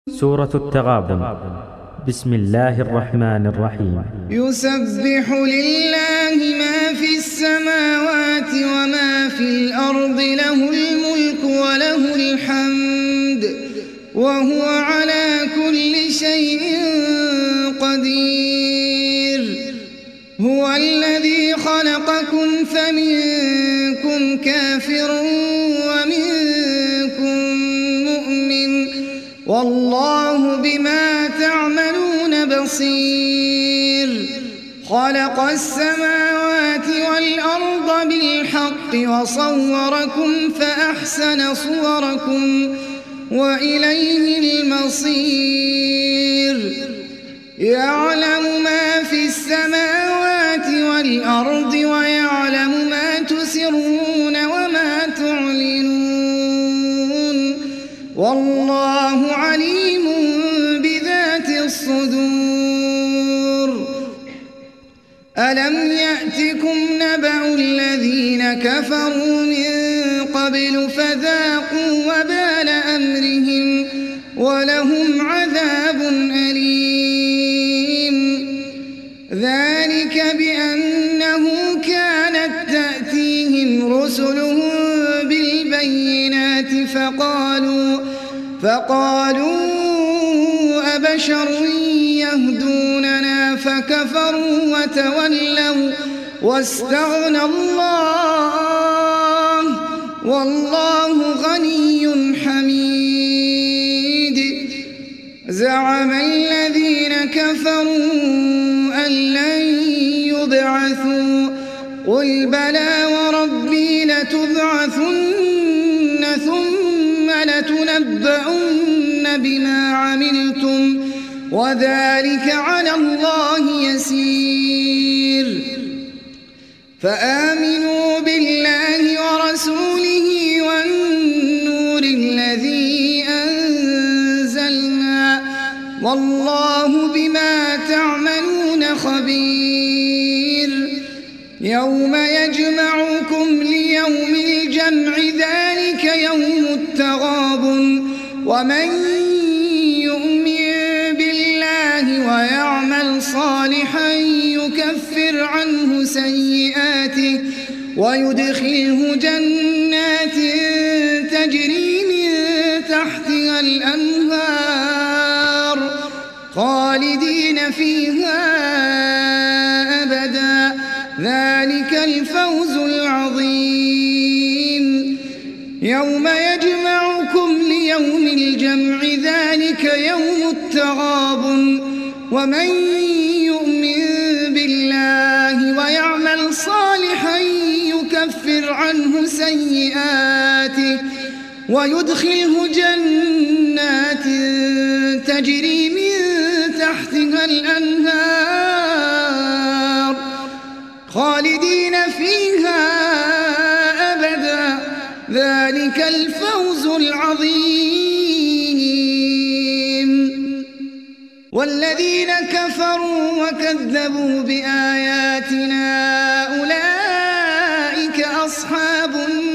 سورة التغابن. بسم الله الرحمن الرحيم. يسبح لله ما في السماوات وما في الأرض، له الملك وله الحمد وهو على كل شيء قدير. هو الذي خلقكم فمنكم كافر ومنكم مؤمن، والله بما تعملون بصير. خلق السماوات والأرض بالحق وصوركم فأحسن صوركم وإليه المصير. يعلم ما في السماوات والأرض ويعلم ما تسرون وما تعلنون، والله عليم بذات الصدور. ألم يأتكم نبأ الذين كفروا من قبل فذاقوا وبال أمرهم ولهم عذاب أليم. ذلك بأنه كانت تأتيهم رسلهم بالبينات فقالوا أبشر يهدوننا فكفروا وتولوا واستغنى الله والله غني حميد. زعم الذين كفروا أن لن يبعثوا، قل بلى وربي لتبعثن ثم لتنبؤن بما عملتم وذلك على الله يسير. فآمنوا بالله ورسوله والنور الذي أنزلنا، والله بما تعملون خبير. يوم يجمعكم ليوم الجمع ذلك يوم التغابن، ومن يؤمن بالله ويعمل صالحا يكفر عنه سيئاته ويدخله جنات تجري من تحتها الأنهار خالدين فيها أبدا، ذلك الفوز العظيم. يوم يجمعكم ليوم الجمع ذلك يوم التغابن، ومن يؤمن بالله ويعمل صالحا يكفر عنه سيئاته ويدخله جنات تجري من تحتها الأنهار خالدين فيها أبدا، ذلك الفوز العظيم. والذين كفروا وكذبوا بآياتنا أولئك أصحاب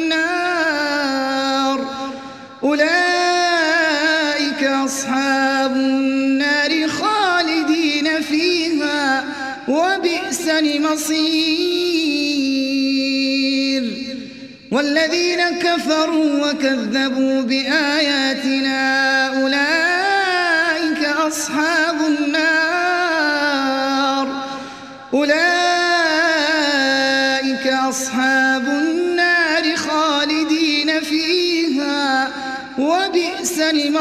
النار خالدين فيها وبئس المصير. والذين كفروا وكذبوا بآياتنا أولئك أصحاب النار خالدين فيها وبئس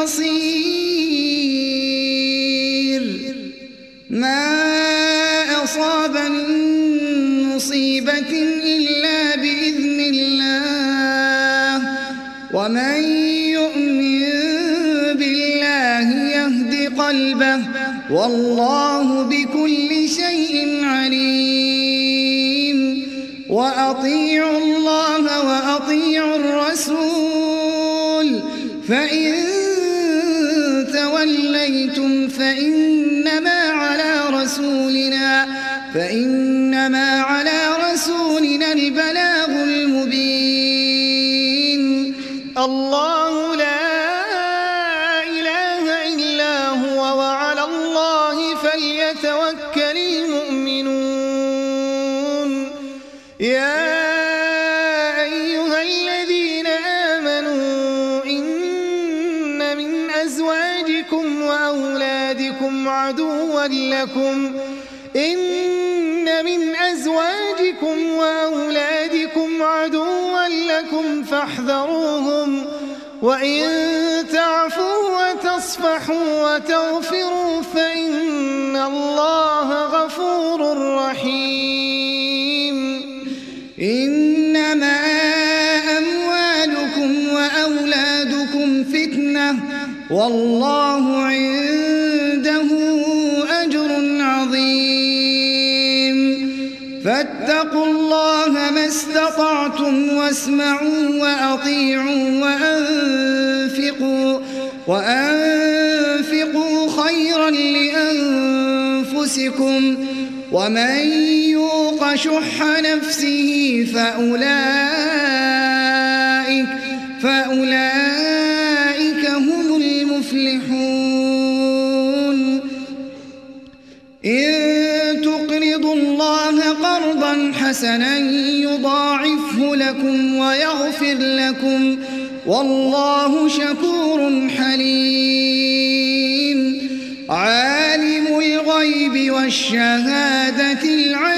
المصير. ما أصاب من مصيبة إلا بإذن الله، ومن يؤمن بالله يهد قلبه، والله بكل شيء عليم. وأطيعوا الله وأطيعوا الرسول، فإن توليتم فإنما على رسولنا البلاغ المبين. الله لا إله إلا أزواجكم وأولادكم عدوا لكم فاحذروهم وإن تعفوا وتصفحوا وتغفروا فإن الله غفور رحيم. إنما أموالكم وأولادكم فتنة والله عنده أجر عظيم. فاتقوا الله ما استطعتم واسمعوا وأطيعوا وأنفقوا خيرا لأنفسكم ومن يوق شح نفسه فأولئك هم المفلحون. إن تقرضوا الله قرضا حسنا يضاعفه لكم ويغفر لكم والله شكور حليم. عالم الغيب والشهادة العليم